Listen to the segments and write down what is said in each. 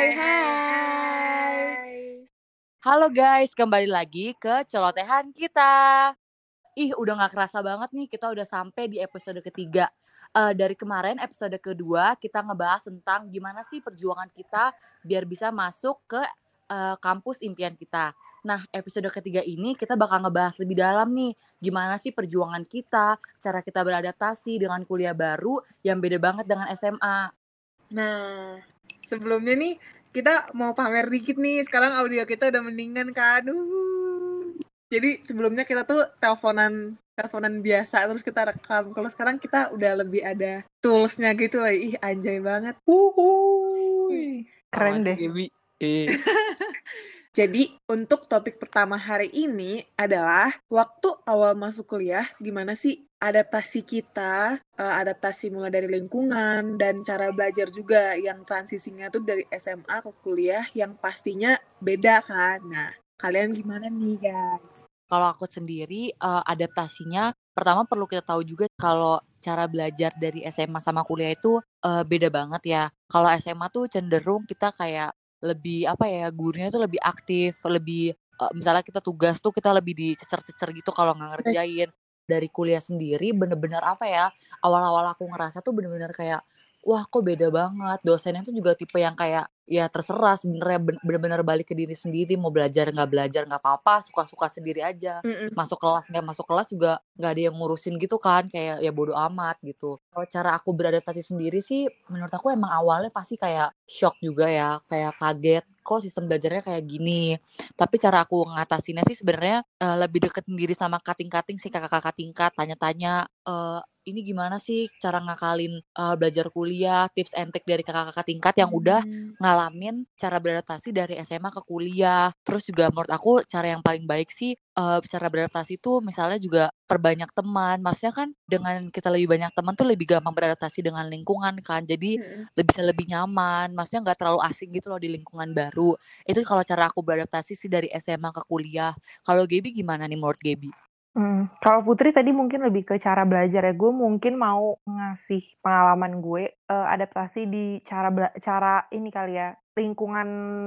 Hai, hai. Halo guys, kembali lagi ke celotehan kita. Udah gak kerasa banget nih kita udah sampai di episode ketiga. Dari kemarin episode kedua kita ngebahas tentang gimana sih perjuangan kita biar bisa masuk ke kampus impian kita. Nah, episode ketiga ini kita bakal ngebahas lebih dalam nih, gimana sih perjuangan kita, cara kita beradaptasi dengan kuliah baru yang beda banget dengan SMA. Nah, sebelumnya nih kita mau pamer dikit nih. Sekarang audio kita udah mendingan kan. Jadi sebelumnya kita tuh teleponan biasa terus kita rekam. Kalau sekarang kita udah lebih ada toolsnya gitu lah. Ih, anjay banget. Keren deh. Jadi untuk topik pertama hari ini adalah waktu awal masuk kuliah, gimana sih adaptasi kita, adaptasi mulai dari lingkungan dan cara belajar juga yang transisinya tuh dari SMA ke kuliah yang pastinya beda kan. Nah, kalian gimana nih guys? Kalau aku sendiri adaptasinya pertama perlu kita tahu juga kalau cara belajar dari SMA sama kuliah itu beda banget ya. Kalau SMA tuh cenderung kita kayak lebih gurunya tuh lebih aktif, lebih misalnya kita tugas tuh kita lebih dicecer-cecer gitu kalau nggak ngerjain. Dari kuliah sendiri bener-bener awal-awal aku ngerasa tuh bener-bener kayak wah kok beda banget. Dosennya tuh juga tipe yang kayak ya terserah sebenarnya bener-bener balik ke diri sendiri, mau belajar nggak apa-apa, suka-suka sendiri aja. Masuk kelas nggak masuk kelas juga nggak ada yang ngurusin gitu kan, kayak ya bodo amat gitu. Kalau cara aku beradaptasi sendiri sih menurut aku emang awalnya pasti kayak shock juga ya, kayak kaget kok sistem belajarnya kayak gini. Tapi cara aku ngatasinnya sih sebenarnya lebih deket sendiri sama kating-kating sih, kakak-kakak tingkat, tanya-tanya ini gimana sih cara ngakalin belajar kuliah, tips and trick dari kakak-kakak tingkat yang udah ngalamin cara beradaptasi dari SMA ke kuliah. Terus juga menurut aku cara yang paling baik sih cara beradaptasi itu misalnya juga perbanyak teman. Maksudnya kan dengan kita lebih banyak teman tuh lebih gampang beradaptasi dengan lingkungan kan. Jadi bisa lebih nyaman. Maksudnya nggak terlalu asing gitu loh di lingkungan baru. Itu kalau cara aku beradaptasi sih dari SMA ke kuliah. Kalau Gaby gimana nih menurut Gaby? Kalau Putri tadi mungkin lebih ke cara belajar ya. Gue mungkin mau ngasih pengalaman gue adaptasi di cara ini kali ya, lingkungan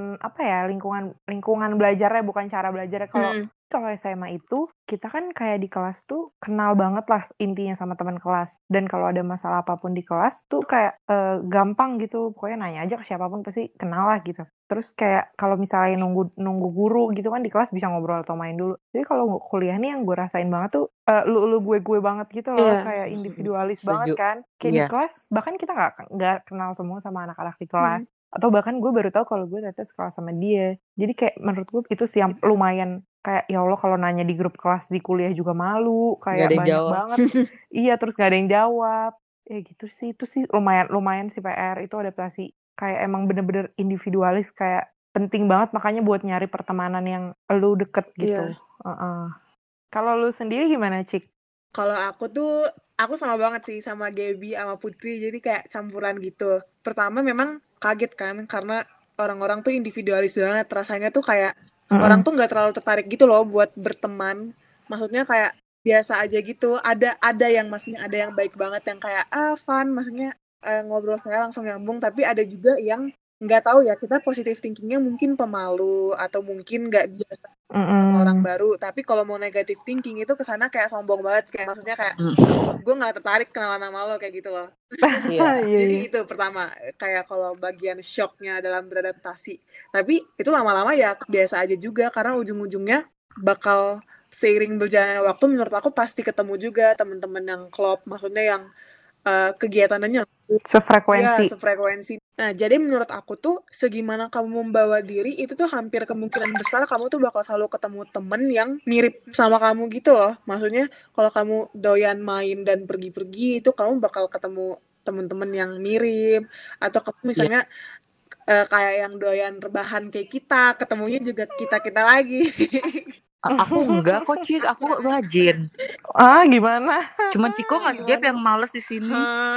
lingkungan belajarnya bukan cara belajarnya. Kalau SMA itu kita kan kayak di kelas tuh kenal banget lah intinya sama teman kelas, dan kalau ada masalah apapun di kelas tuh kayak gampang gitu, pokoknya nanya aja ke siapapun pasti kenal lah gitu. Terus kayak kalau misalnya nunggu guru gitu kan di kelas bisa ngobrol atau main dulu. Jadi kalau kuliah nih yang gue rasain banget tuh lu gue banget gitu loh, kayak individualis banget kan. Kayak di kelas bahkan kita nggak kenal semua sama anak-anak di kelas. Atau bahkan gue baru tahu kalau gue ternyata sekolah sama dia. Jadi kayak menurut gue itu sih yang lumayan kayak ya Allah, kalau nanya di grup kelas di kuliah juga malu, kayak banyak banget. Iya, terus gak ada yang jawab. Ya gitu sih, itu sih lumayan sih PR itu adaptasi. Kayak emang bener-bener individualis, kayak penting banget makanya buat nyari pertemanan yang lu deket gitu. Kalau lu sendiri gimana, Cik? Kalau aku sama banget sih sama Gaby sama Putri, jadi kayak campuran gitu. Pertama memang kaget kan karena orang-orang tuh individualis banget, rasanya tuh kayak orang tuh nggak terlalu tertarik gitu loh buat berteman. Maksudnya kayak biasa aja gitu. Ada yang maksudnya ada yang baik banget yang kayak fun, maksudnya ngobrol saya langsung nyambung. Tapi ada juga yang nggak tahu ya, kita positive thinkingnya mungkin pemalu atau mungkin nggak biasa sama orang baru. Tapi kalau mau negative thinking itu kesana kayak sombong banget, kayak maksudnya kayak gue nggak tertarik kenalan sama lo kayak gitu loh. Jadi itu pertama kayak kalau bagian shocknya dalam beradaptasi. Tapi itu lama-lama ya biasa aja juga karena ujung-ujungnya bakal seiring berjalannya waktu menurut aku pasti ketemu juga teman-teman yang klop, maksudnya yang kegiatannya sefrekuensi. Nah, jadi menurut aku tuh segimana kamu membawa diri itu tuh hampir kemungkinan besar kamu tuh bakal selalu ketemu temen yang mirip sama kamu gitu loh. Maksudnya kalau kamu doyan main dan pergi-pergi itu kamu bakal ketemu temen-temen yang mirip, atau kamu misalnya kayak yang doyan rebahan kayak kita, ketemunya juga kita lagi. Aku enggak kok, Cik. Aku rajin. Gimana? Cuman Ciko nggak Gap yang males di sini.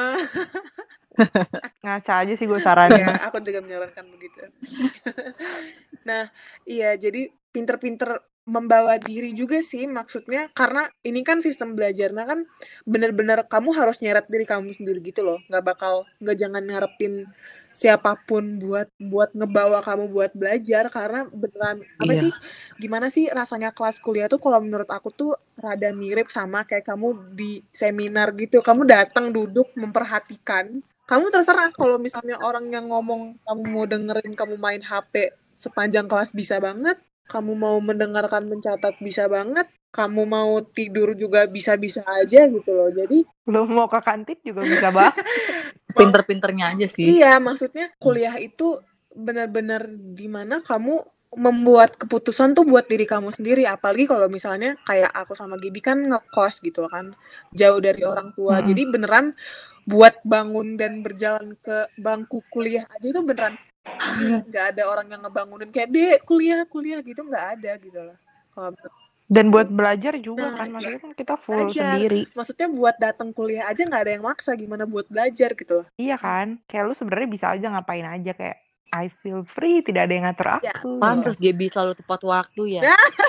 Ngaca aja sih gue sarannya. Ya, aku juga menyarankan begitu. Nah, iya, jadi pinter-pinter membawa diri juga sih maksudnya, karena ini kan sistem belajarnya kan bener-bener kamu harus nyeret diri kamu sendiri gitu loh, nggak jangan ngarepin siapapun buat ngebawa kamu buat belajar, karena beneran apa Iya. sih, gimana sih rasanya kelas kuliah tuh kalau menurut aku tuh rada mirip sama kayak kamu di seminar gitu. Kamu datang duduk memperhatikan. Kamu terserah kalau misalnya orang yang ngomong kamu mau dengerin, kamu main HP sepanjang kelas bisa banget. Kamu mau mendengarkan, mencatat bisa banget. Kamu mau tidur juga bisa-bisa aja gitu loh. Jadi Lo mau ke kantin juga bisa banget. Pinter-pinternya aja sih. iya, maksudnya kuliah itu benar-benar dimana kamu membuat keputusan tuh buat diri kamu sendiri. Apalagi kalau misalnya kayak aku sama Gibi kan ngekos gitu kan, jauh dari orang tua. Jadi beneran buat bangun dan berjalan ke bangku kuliah aja itu beneran nggak ada orang yang ngebangunin kayak dek kuliah gitu, nggak ada gitu loh. Dan buat belajar juga kan, maksudnya kan kita full belajar sendiri. Maksudnya buat datang kuliah aja nggak ada yang maksa, gimana buat belajar gitu loh. Iya kan, kayak lu sebenarnya bisa aja ngapain aja, kayak I feel free, tidak ada yang ngatur aku. Pantes Gaby selalu tepat waktu ya.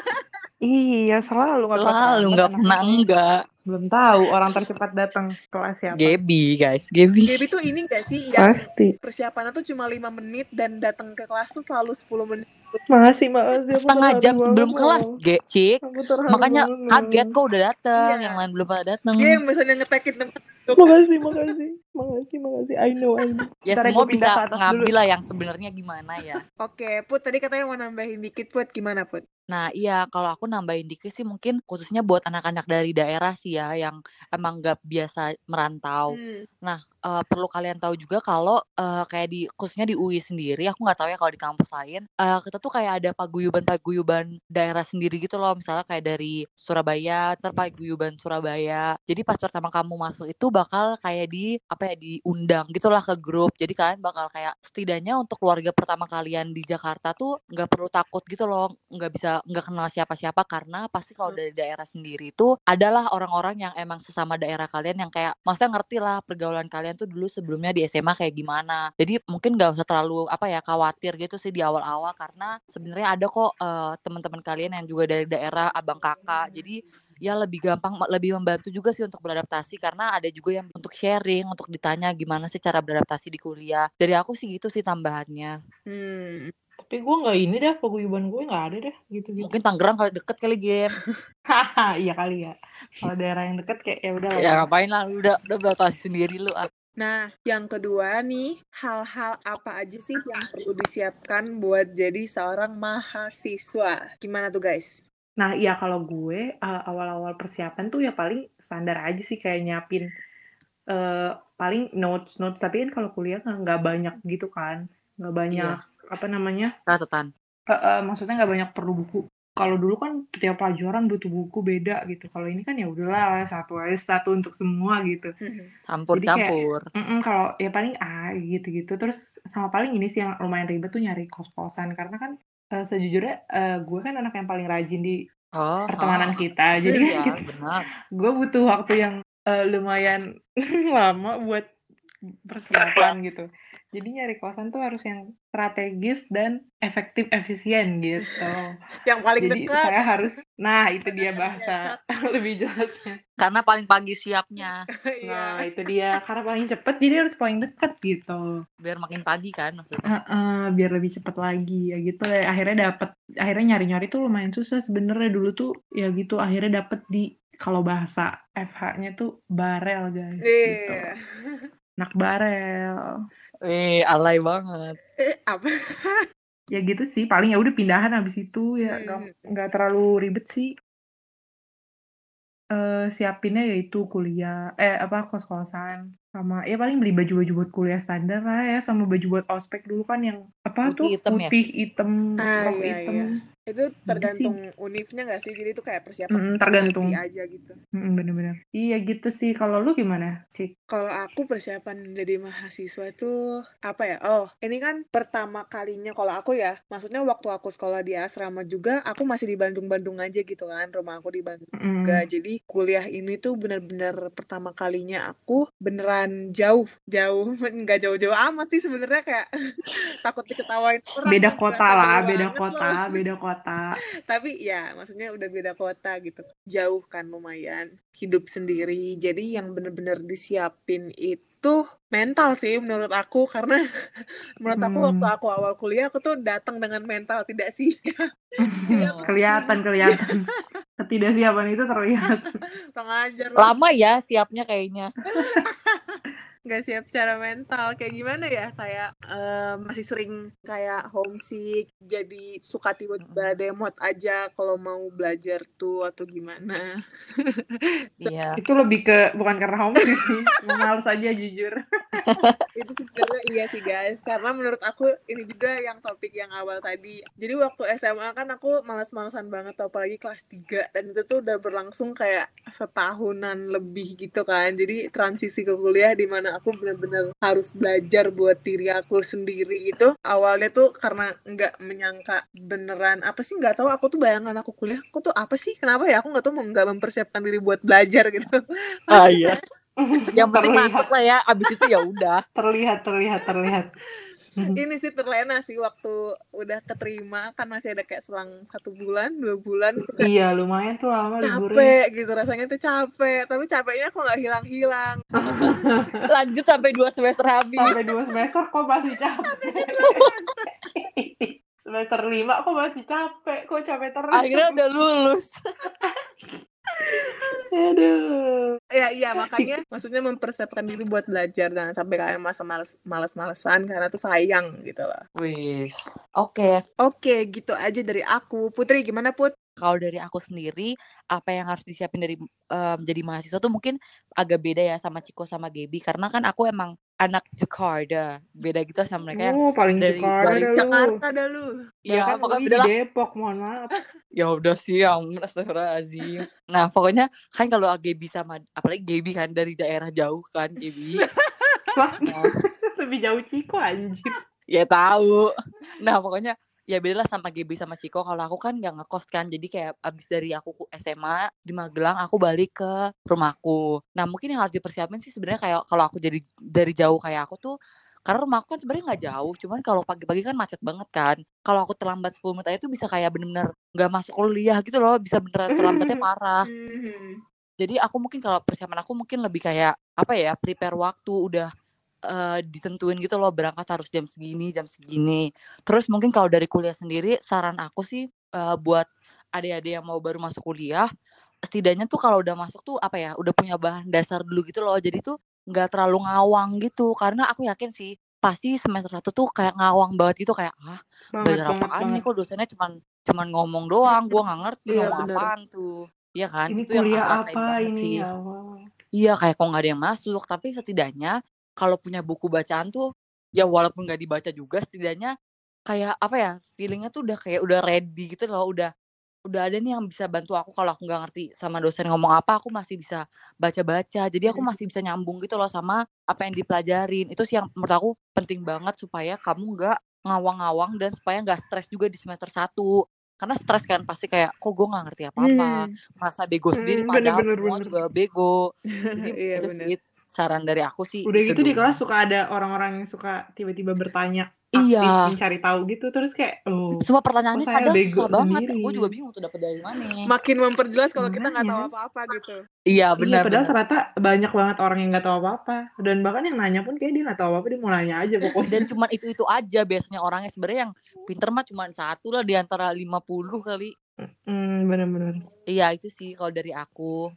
Iya, selalu nggak pernah Selalu terlambat nggak anaknya. pernah enggak. Belum tahu orang tercepat datang kelas siapa. Gaby guys, Gaby. Gaby tuh ini gak sih yang Pasti. persiapannya tuh cuma 5 menit dan datang ke kelas tuh selalu 10 menit. Makasih. Aku Setengah terharu jam banget sebelum loh. kelas, Cik. Aku terharu Makanya banget. kaget kok udah datang, Iya. yang lain belum pada datang. Dia yang misalnya ngetekin tempat duduk. Makasih. I know. Ya Ntar semua gua pindah bisa ke atas ngambil dulu. lah yang sebenarnya gimana ya. Oke, Put, tadi katanya mau nambahin dikit, Put. Gimana, Put? Nah iya, kalau aku nambahin dikit sih mungkin khususnya buat anak-anak dari daerah sih ya, yang emang nggak biasa merantau. Nah, perlu kalian tahu juga kalau kayak khususnya di UI sendiri, aku nggak tahu ya kalau di kampus lain, kita tuh kayak ada paguyuban daerah sendiri gitu loh. Misalnya kayak dari Surabaya, ntar paguyuban Surabaya. Jadi pas pertama kamu masuk itu bakal kayak diundang gitulah ke grup. Jadi kalian bakal kayak setidaknya untuk keluarga pertama kalian di Jakarta tuh nggak perlu takut gitu loh, nggak kenal siapa-siapa, karena pasti kalau dari daerah sendiri itu adalah orang-orang yang emang sesama daerah kalian, yang kayak maksudnya ngerti lah pergaulan kalian tuh dulu sebelumnya di SMA kayak gimana. Jadi mungkin nggak usah terlalu khawatir gitu sih di awal-awal, karena sebenarnya ada kok teman-teman kalian yang juga dari daerah, abang kakak. Jadi ya lebih gampang, lebih membantu juga sih untuk beradaptasi, karena ada juga yang untuk sharing, untuk ditanya gimana sih cara beradaptasi di kuliah. Dari aku sih gitu sih tambahannya. Tapi gue nggak ini dah, paguyuban gue nggak ada dah gitu. Mungkin Tangerang kalau deket kali game. Iya kali ya. Kalau daerah yang deket kayak ya udah lah. Ya ngapain lah, lu udah beradaptasi sendiri lu. Nah, yang kedua nih, hal-hal apa aja sih yang perlu disiapkan buat jadi seorang mahasiswa? Gimana tuh guys? Nah iya, kalau gue awal-awal persiapan tuh ya paling standar aja sih, kayak nyiapin paling notes, tapi kan kalau kuliah nggak banyak gitu kan, nggak banyak catatan. Maksudnya nggak banyak perlu buku. Kalau dulu kan setiap pelajaran butuh buku beda gitu. Kalau ini kan ya udahlah satu untuk semua gitu. Campur-campur. Kalau ya paling gitu. Terus sama paling ini sih yang lumayan ribet tuh nyari kos-kosan, karena kan sejujurnya gue kan anak yang paling rajin di pertemanan kita. Jadi kan gue butuh waktu yang lumayan lama buat persiapan gitu. Jadi nyari kosan tuh harus yang strategis dan efektif, efisien gitu. Yang paling Jadi dekat. saya harus, itu dia bahasa lebih jelasnya. Karena paling pagi siapnya. Nah itu dia, karena paling cepet jadi harus paling dekat gitu. Biar makin pagi kan maksudnya. Biar lebih cepet lagi ya gitu. Akhirnya nyari-nyari tuh lumayan susah sebenarnya dulu tuh ya gitu. Akhirnya dapet di, kalau bahasa FH-nya tuh barel guys gitu. Anak barel. Alay banget. Apa? Ya gitu sih, paling ya udah pindahan habis itu ya, nggak terlalu ribet sih. Siapinnya yaitu kuliah, kos-kosan, sama ya paling beli baju-baju buat kuliah standar lah ya, sama baju buat ospek dulu kan yang putih hitam, rok hitam. Itu tergantung univnya nggak sih? Jadi itu kayak persiapan tergantung aja gitu. Bener-bener. Iya gitu sih. Kalau lu gimana, Cik? Kalau aku persiapan jadi mahasiswa itu apa ya? Oh, ini kan pertama kalinya kalau aku ya. Maksudnya waktu aku sekolah di asrama juga, aku masih di Bandung aja gitu kan. Rumah aku di Bandung juga. Jadi kuliah ini tuh benar-benar pertama kalinya aku beneran jauh. Nggak jauh-jauh amat sih sebenarnya, kayak takut diketawain orang. Beda kota. kota. Tapi ya maksudnya udah beda kota gitu. Jauh kan lumayan. Hidup sendiri. Jadi yang bener-bener disiapin itu mental sih menurut aku. Karena menurut aku waktu aku awal kuliah aku tuh datang dengan mental tidak siap. Kelihatan. Ketidaksiapan itu terlihat. Pengajar Lama ya siapnya kayaknya. nggak siap secara mental. Kayak gimana ya, kayak masih sering kayak homesick, jadi suka tiba-tiba demot aja kalau mau belajar tuh atau gimana. Iya. Itu lebih ke bukan karena homesick sih, males aja jujur. Itu sebenarnya iya sih guys, karena menurut aku ini juga yang topik yang awal tadi. Jadi waktu SMA kan aku malas-malasan banget, apalagi kelas 3, dan itu tuh udah berlangsung kayak setahunan lebih gitu kan. Jadi transisi ke kuliah di mana aku benar-benar harus belajar buat diri aku sendiri itu. Awalnya tuh karena nggak menyangka beneran apa sih, nggak tahu aku tuh bayangan aku kuliah aku tuh apa sih, kenapa ya aku nggak tahu, nggak mempersiapkan diri buat belajar gitu. Iya. Yang penting masuk lah ya, abis itu ya udah. Terlihat. Ini sih terlena sih waktu udah keterima, kan masih ada kayak selang 1 bulan 2 bulan gitu kan. Iya, lumayan tuh lama liburnya. Capek gitu, rasanya tuh capek, tapi capeknya kok nggak hilang-hilang. Lanjut sampai 2 semester habis. Sampai 2 semester kok masih capek. Semester 5 kok masih capek, kok capek terus. Akhirnya udah lulus. Aduh. Ya iya, makanya maksudnya mempersiapkan diri buat belajar, jangan sampai kalian masa malas-malesan karena tuh sayang gitu loh. Wis. Oke. Oke, gitu aja dari aku. Putri gimana Put? Kalau dari aku sendiri, apa yang harus disiapin dari jadi mahasiswa tuh mungkin agak beda ya sama Ciko sama Gaby, karena kan aku emang anak Jakarta, beda gitu sama mereka yang Paling dari Jakarta dah lu. Iya, pokoknya beda di lah. Depok, mohon maaf. Ya udah sih, yang astagfirullahaladzim. Nah, pokoknya kan kalau Gaby sama apalagi Gaby kan dari daerah jauh kan, Gaby. Nah, Lebih jauh Ciko anjir. ya tahu. Nah, pokoknya ya beda lah sama Gaby sama Ciko. Kalau aku kan nggak ngekos kan, jadi kayak abis dari aku SMA di Magelang, aku balik ke rumahku. Nah, mungkin yang harus dipersiapin sih sebenarnya kayak kalau aku jadi dari jauh kayak aku tuh, karena rumahku kan sebenarnya nggak jauh, cuman kalau pagi-pagi kan macet banget kan. Kalau aku terlambat 10 menit aja tuh bisa kayak bener-bener nggak masuk kuliah gitu loh, bisa beneran terlambatnya parah. Jadi aku mungkin kalau persiapan aku mungkin lebih kayak apa ya, prepare waktu, udah ditentuin gitu loh, berangkat harus jam segini. Terus mungkin kalau dari kuliah sendiri, saran aku sih buat adik-adik yang mau baru masuk kuliah, setidaknya tuh kalau udah masuk tuh apa ya, udah punya bahan dasar dulu gitu loh. Jadi tuh nggak terlalu ngawang gitu, karena aku yakin sih pasti semester 1 tuh kayak ngawang banget gitu, kayak belajar apaan nih, kok dosennya cuman ngomong doang, gua nggak ngerti ngomong apaan tuh. Iya kan? Ini Itu yang kuliah aku rasain apa banget ini sih. ya Allah. Iya, kayak kok nggak ada yang masuk, tapi setidaknya kalau punya buku bacaan tuh, ya walaupun nggak dibaca juga, setidaknya kayak apa ya, feelingnya tuh udah kayak udah ready gitu loh, udah ada nih yang bisa bantu aku kalau aku nggak ngerti sama dosen ngomong apa, aku masih bisa baca-baca. Jadi aku masih bisa nyambung gitu loh sama apa yang dipelajarin. Itu sih yang menurut aku penting banget supaya kamu nggak ngawang-ngawang dan supaya nggak stres juga di semester 1. Karena stres kan pasti kayak, kok gue nggak ngerti apa-apa, merasa bego sendiri padahal semua juga bego. Jadi itu sih saran dari aku sih. Udah gitu gitu di dulu. kelas suka ada orang-orang yang suka tiba-tiba bertanya, Iya. aktif mencari tahu gitu, terus kayak Semua pertanyaannya kok saya kadang bego susah banget. sendiri. Gue juga bingung tuh dapet dari mana. Makin memperjelas kalau kita nggak tahu apa-apa gitu. Iya benar. Padahal ternyata banyak banget orang yang nggak tahu apa-apa, dan bahkan yang nanya pun kayak dia nggak tahu apa-apa, dia mau nanya aja pokoknya. Dan cuma itu aja biasanya orangnya, sebenarnya yang pinter mah cuma 1 lah di antara 50 kali. Benar-benar. Iya itu sih kalau dari aku.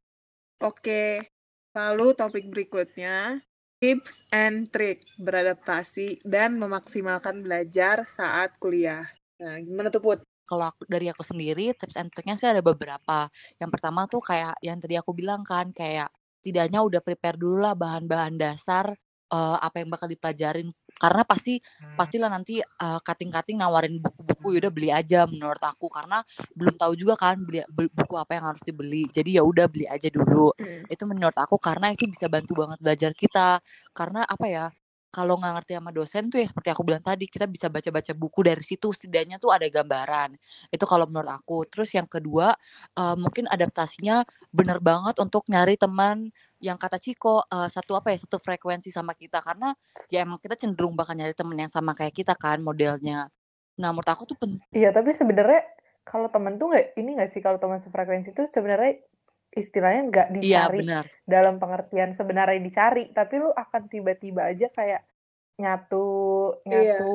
Oke, lalu topik berikutnya, tips and trick beradaptasi dan memaksimalkan belajar saat kuliah. Nah, gimana tuh Put? Kalau dari aku sendiri, tips and trick-nya sih ada beberapa. Yang pertama tuh kayak yang tadi aku bilang kan, kayak tidaknya udah prepare dulu lah bahan-bahan dasar, apa yang bakal dipelajarin. Karena pastilah nanti cutting-cutting nawarin buku-buku, yaudah beli aja menurut aku. Karena belum tahu juga kan buku apa yang harus dibeli. Jadi ya udah beli aja dulu. Itu menurut aku karena itu bisa bantu banget belajar kita. Karena apa ya, kalau nggak ngerti sama dosen tuh ya seperti aku bilang tadi, kita bisa baca-baca buku dari situ, setidaknya tuh ada gambaran. Itu kalau menurut aku. Terus yang kedua, mungkin adaptasinya bener banget untuk nyari teman yang kata Ciko, satu frekuensi sama kita. Karena ya emang kita cenderung bakal nyari temen yang sama kayak kita kan modelnya. Nah menurut aku tuh Iya, tapi sebenarnya kalau temen tuh nggak sih, kalau teman sefrekuensi tuh sebenarnya istilahnya nggak Iya dicari benar. dalam pengertian sebenarnya dicari, tapi lu akan tiba-tiba aja kayak nyatu, Iya.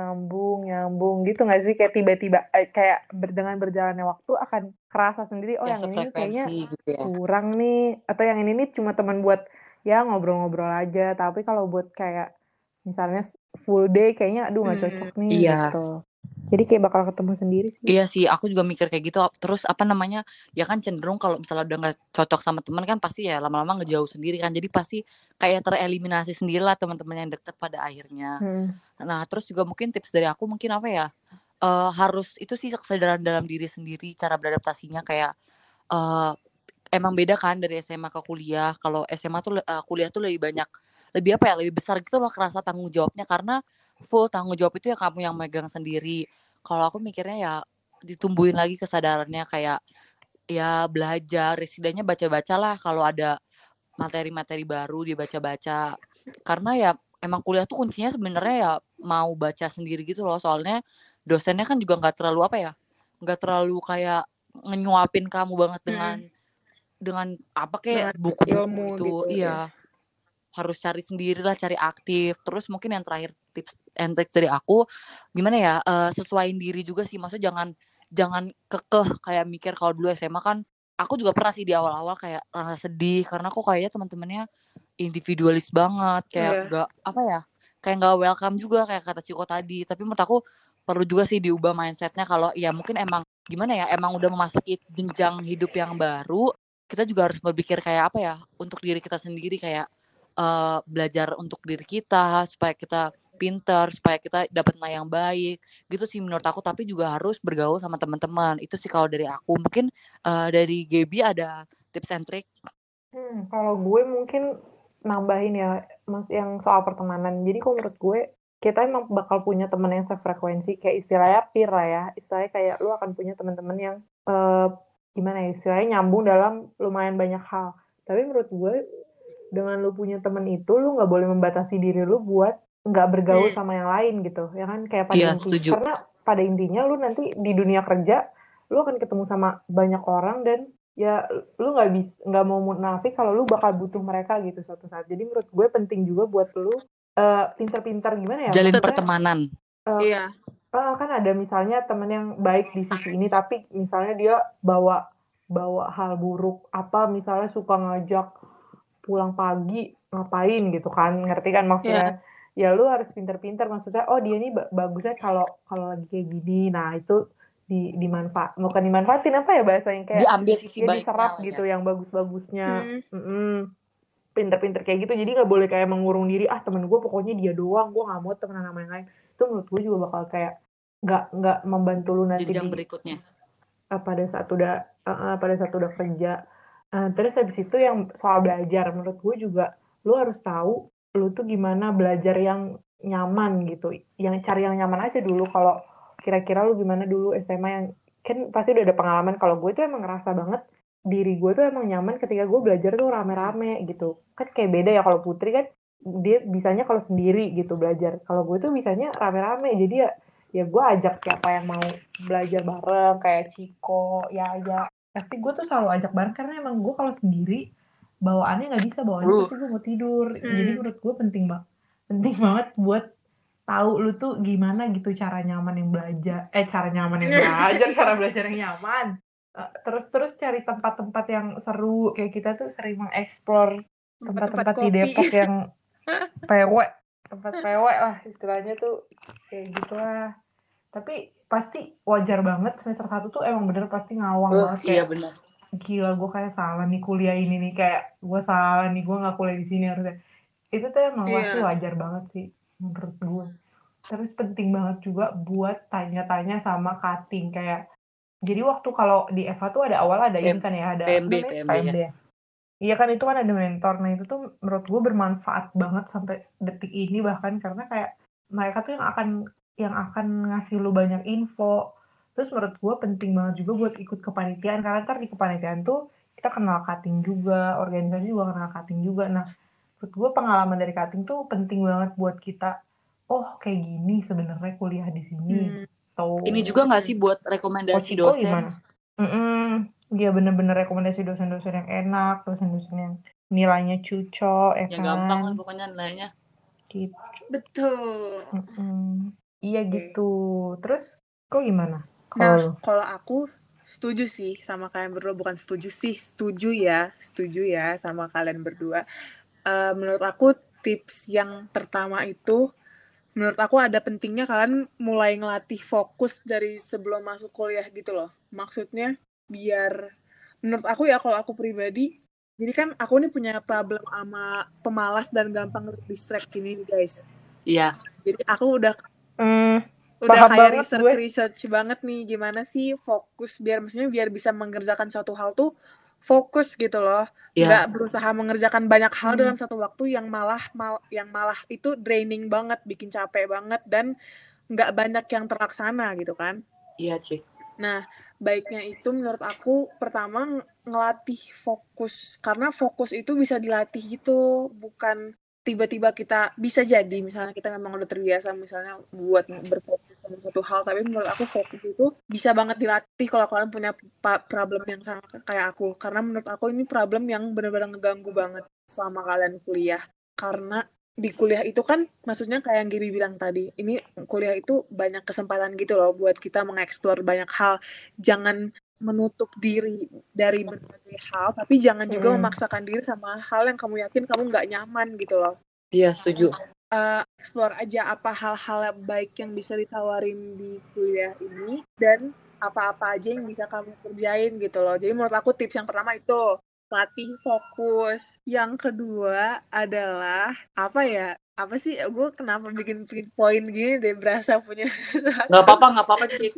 nyambung gitu nggak sih? Kayak tiba-tiba kayak dengan berjalannya waktu akan kerasa sendiri, oh Ya yang ini nih kayaknya sefrekuensi gitu ya. kurang nih, atau yang ini nih cuma teman buat ya ngobrol-ngobrol aja, tapi kalau buat kayak misalnya full day kayaknya aduh nggak cocok nih Iya. gitu. Jadi kayak bakal ketemu sendiri sih. Iya sih, aku juga mikir kayak gitu. Terus apa namanya, ya kan cenderung kalau misalnya udah nggak cocok sama teman kan pasti ya lama-lama ngejauh sendiri kan. Jadi pasti kayak tereliminasi sendirilah teman-teman yang deket pada akhirnya. Nah, terus juga mungkin tips dari aku mungkin apa ya, harus itu sih kesadaran dalam diri sendiri, cara beradaptasinya kayak, eee, emang beda kan dari SMA ke kuliah. Kalau SMA tuh kuliah tuh lebih apa ya, lebih besar gitu loh kerasa tanggung jawabnya karena full tanggung jawab itu ya kamu yang megang sendiri. Kalau aku mikirnya ya ditumbuhin lagi kesadarannya kayak, ya belajar, ya setidaknya baca-bacalah kalau ada materi-materi baru dibaca-baca. Karena ya emang kuliah tuh kuncinya sebenarnya ya mau baca sendiri gitu loh, soalnya dosennya kan juga nggak terlalu apa ya, nggak terlalu kayak ngenyuapin kamu banget dengan apa kayak Dengan buku-buku ilmu gitu. gitu ya. Iya, harus cari sendirilah, cari aktif. Terus mungkin yang terakhir tips and tricks dari aku, gimana ya, sesuaiin diri juga sih, maksudnya jangan jangan kekeh kayak mikir kalau dulu SMA kan aku juga pernah sih di awal-awal kayak rasa sedih karena kok kayaknya teman-temannya individualis banget, kayak Iya. nggak apa ya, kayak nggak welcome juga kayak kata Ciko tadi. Tapi menurut aku perlu juga sih diubah mindset-nya kalau ya mungkin emang gimana ya, emang udah memasuki jenjang hidup yang baru, kita juga harus berpikir kayak apa ya, untuk diri kita sendiri kayak belajar untuk diri kita, supaya kita pinter, supaya kita dapat nilai yang baik, gitu sih menurut aku. Tapi juga harus bergaul sama teman-teman, itu sih kalau dari aku. Mungkin, dari Gaby ada tips and trick? Kalau gue mungkin nambahin ya, Mas, yang soal pertemanan. Jadi kalau menurut gue, kita emang bakal punya teman yang sefrekuensi, kayak istilahnya peer lah ya. Istilahnya kayak lu akan punya teman-teman yang, gimana ya, istilahnya nyambung dalam lumayan banyak hal. Tapi menurut gue, dengan lu punya teman itu, lu nggak boleh membatasi diri lu buat nggak bergaul sama yang lain gitu, ya kan? Kayak pada Iya, setuju. karena pada intinya lu nanti di dunia kerja, lu akan ketemu sama banyak orang dan ya lu nggak mau munafik kalau lu bakal butuh mereka gitu suatu saat. Jadi menurut gue penting juga buat lu, pintar-pintar gimana ya, Jalin maksudnya, pertemanan. Iya. kan ada misalnya temen yang baik di sisi ini, tapi misalnya dia bawa bawa hal buruk, apa misalnya suka ngajak pulang pagi, ngapain gitu kan, ngerti kan Iya. maksudnya? Ya lu harus pintar-pintar, maksudnya, oh dia ini bagusnya kalau kalau lagi kayak gini, nah itu bukan dimanfaatin, apa ya bahasanya, kayak Diambil sisi ya baiknya diserap lah ya. gitu yang bagus-bagusnya, Hmm. pinter-pinter kayak gitu, jadi nggak boleh kayak mengurung diri, ah temen gue pokoknya dia doang, gue nggak mau temenan sama yang lain. Itu menurut gue juga bakal kayak nggak membantu lu nanti Jenjang berikutnya. pada saat udah kerja. Terus habis itu yang soal belajar, menurut gue juga lu harus tahu lu tuh gimana belajar yang nyaman gitu, yang cari yang nyaman aja dulu. Kalau kira-kira lu gimana dulu SMA, yang kan pasti udah ada pengalaman. Kalau gue tuh emang ngerasa banget diri gue tuh emang nyaman ketika gue belajar tuh rame-rame gitu. Kan kayak beda ya, kalau Putri kan dia bisanya kalau sendiri gitu belajar. Kalau gue tuh bisanya rame-rame. Jadi ya gue ajak siapa yang mau belajar bareng, kayak Ciko, ya aja. Pasti gue tuh selalu ajak bareng karena emang gue kalau sendiri bawaannya nggak bisa, bawaannya pasti gue mau tidur. Jadi menurut gue penting banget buat tahu lu tuh gimana gitu cara nyaman yang belajar, cara belajar yang nyaman. Terus cari tempat-tempat yang seru, kayak kita tuh sering mengeksplor Tempat-tempat tempat-tempat di kopi. Depok yang PW, tempat PW lah istilahnya tuh, kayak gitulah. Tapi pasti wajar banget semester 1 tuh emang bener pasti ngawang banget, Iya kayak benar. gila gue kayak salah nih kuliah ini nih, kayak gue salah nih, gue nggak kuliah di sini harusnya. Itu tuh emang pasti Iya. wajar banget sih menurut gue. Terus penting banget juga buat tanya-tanya sama cutting, kayak jadi waktu kalau di Eva tuh ada ini kan ya, ada apa PMB namanya, PMB ya. KMB ya. Iya kan, itu kan ada mentor. Nah itu tuh menurut gue bermanfaat banget sampai detik ini bahkan, karena kayak mereka tuh yang akan ngasih lu banyak info. Terus menurut gue penting banget juga buat ikut kepanitiaan, karena ntar di kepanitiaan tuh kita kenal cutting juga, organisasi juga kenal cutting juga. Nah menurut gue pengalaman dari cutting tuh penting banget buat kita, oh kayak gini sebenarnya kuliah di sini. Ini juga nggak sih buat rekomendasi Ciko dosen? gimana? Dia bener-bener rekomendasi dosen-dosen yang enak, dosen-dosen yang nilainya cucok, Yang gampang lah pokoknya nilainya. Gitu. Betul. Iya gitu. Terus kok gimana? Nah, kalau aku setuju sih sama kalian berdua, bukan setuju sih, setuju ya sama kalian berdua. Menurut aku tips yang pertama itu, menurut aku ada pentingnya kalian mulai ngelatih fokus dari sebelum masuk kuliah gitu loh. Maksudnya biar, menurut aku ya, kalau aku pribadi, jadi kan aku nih punya problem sama pemalas dan gampang distract gini guys. Iya. Jadi aku udah paham kayak banget research banget nih gimana sih fokus, maksudnya biar bisa mengerjakan suatu hal tuh fokus gitu loh. Nggak berusaha mengerjakan banyak hal dalam satu waktu yang malah itu draining banget, bikin capek banget, dan nggak banyak yang terlaksana gitu kan. Iya, Cik. Nah, baiknya itu menurut aku pertama ngelatih fokus, karena fokus itu bisa dilatih gitu, bukan tiba-tiba kita, bisa jadi misalnya kita memang udah terbiasa misalnya buat berfokus sama satu hal, tapi menurut aku fokus itu bisa banget dilatih kalau kalian punya problem yang sama kayak aku, karena menurut aku ini problem yang benar-benar ngeganggu banget selama kalian kuliah. Karena di kuliah itu kan, maksudnya kayak yang Gibi bilang tadi, ini kuliah itu banyak kesempatan gitu loh buat kita mengeksplor banyak hal. Jangan menutup diri dari berbagai hal, tapi jangan juga memaksakan diri sama hal yang kamu yakin kamu nggak nyaman gitu loh. Iya, setuju. Explore aja apa hal-hal baik yang bisa ditawarin di kuliah ini, dan apa-apa aja yang bisa kamu kerjain gitu loh. Jadi menurut aku tips yang pertama itu latih fokus. Yang kedua adalah apa sih, gue kenapa bikin poin gini deh, berasa punya sesuatu. Nggak apa-apa Cik.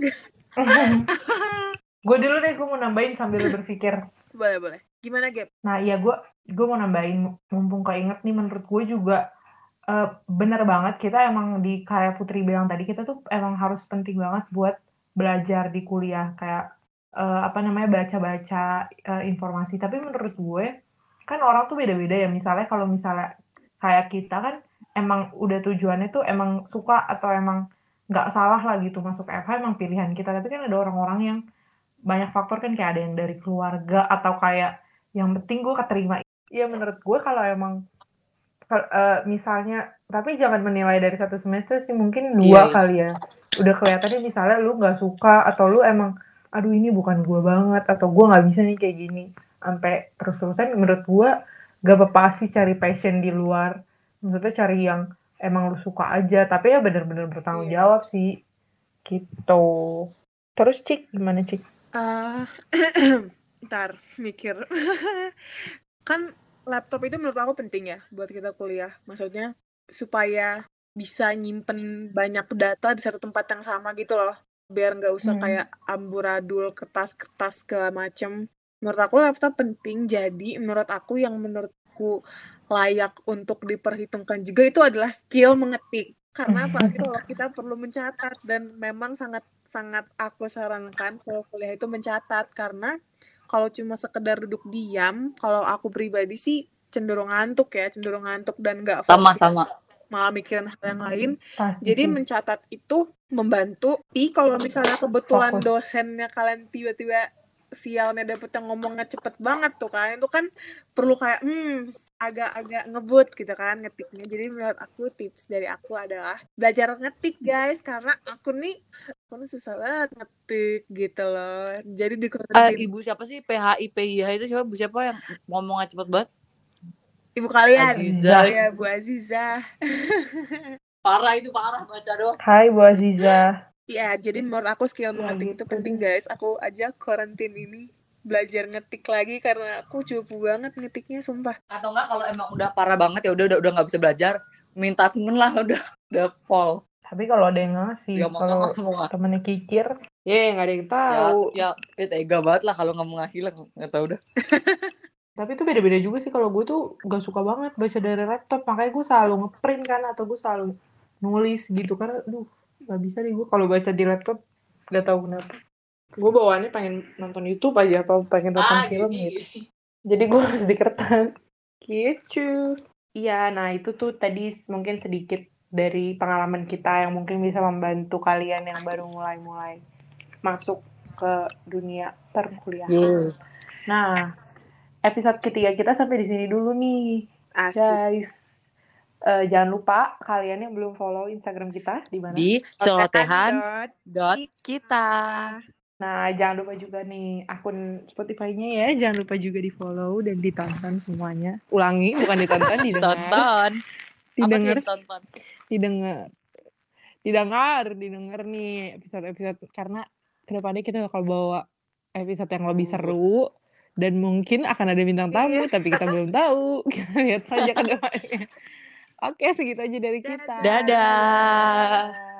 Gue dulu deh, gue mau nambahin sambil berpikir. Boleh. Gimana, Gap? Nah, iya gue mau nambahin, mumpung keinget nih, menurut gue juga bener banget, kita emang kayak Putri bilang tadi, kita tuh emang harus penting banget buat belajar di kuliah, kayak baca-baca informasi. Tapi menurut gue, kan orang tuh beda-beda ya, misalnya kalau misalnya kayak kita kan emang udah tujuannya tuh emang suka atau emang nggak salah lah gitu masuk FH, emang pilihan kita. Tapi kan ada orang-orang yang banyak faktor kan, kayak ada yang dari keluarga atau kayak yang penting gue keterima. Iya, menurut gue kalau emang misalnya, tapi jangan menilai dari 1 semester sih, mungkin 2 kali ya. Udah kelihatannya misalnya lu nggak suka atau lu emang aduh ini bukan gue banget atau gue nggak bisa nih kayak gini sampai terus-terusan, menurut gue gak apa-apa sih cari passion di luar, maksudnya cari yang emang lu suka aja, tapi ya bener-bener bertanggung jawab sih gitu. Terus Cik, gimana Cik? Ntar mikir. Kan laptop itu menurut aku penting ya buat kita kuliah, maksudnya supaya bisa nyimpen banyak data di satu tempat yang sama gitu loh, biar nggak usah kayak amburadul kertas-kertas segala macem. Menurut aku laptop penting, jadi menurut aku yang menurutku layak untuk diperhitungkan juga itu adalah skill mengetik. Karena apalagi kalau kita perlu mencatat, dan memang sangat aku sarankan kalau kuliah itu mencatat, karena kalau cuma sekedar duduk diam, kalau aku pribadi sih cenderung ngantuk dan nggak fokus. Sama. Malah mikirin hal yang lain. Pasti Jadi sih. mencatat itu membantu. Tapi kalau misalnya kebetulan dosennya kalian tiba-tiba sialnya dapet yang ngomongnya cepet banget tuh kan, itu kan perlu kayak agak-agak ngebut gitu kan ngetiknya. Jadi menurut aku tips dari aku adalah belajar ngetik guys, karena aku nih susah banget ngetik gitu loh. Jadi Ibu siapa sih PHI itu siapa yang ngomongnya cepet banget? Ibu kalian. Azizah. Ya, Bu Azizah. Parah baca doang. Hai Bu Azizah. Ya, jadi menurut aku skill mengetik itu penting guys. Aku aja karantin ini belajar ngetik lagi karena aku cupu banget ngetiknya, sumpah. Atau enggak kalau emang udah parah banget ya udah nggak bisa belajar, minta temen lah, udah pol. Tapi kalau ada yang ngasih, ya, kalau temennya kikir, nggak ada yang tahu. Ya tega banget lah kalau nggak mau ngasih lah, nggak tahu dah. Tapi itu beda-beda juga sih. Kalau gue tuh gak suka banget baca dari laptop, makanya gue selalu ngeprint kan, atau gue selalu nulis gitu, karena gak bisa nih gue kalau baca di laptop, gak tahu kenapa. Gue bawaannya pengen nonton YouTube aja, atau pengen nonton film gitu. Jadi gue harus di kertas gitu. Iya, nah itu tuh tadi mungkin sedikit dari pengalaman kita yang mungkin bisa membantu kalian yang baru mulai masuk ke dunia perkuliahan. Nah, episode ketiga kita sampai di sini dulu nih, guys. Jangan lupa kalian yang belum follow Instagram kita di mana? Di celotehan.kita. Nah, jangan lupa juga nih akun Spotify-nya ya, jangan lupa juga di follow dan ditonton semuanya. Ulangi, bukan ditonton, didengar. Didengar nih episode-episode, karena kedepannya kita bakal bawa episode yang lebih seru dan mungkin akan ada bintang tamu, tapi kita belum tahu. Kita lihat saja ke depannya. Oke, segitu aja dari kita. Dadah.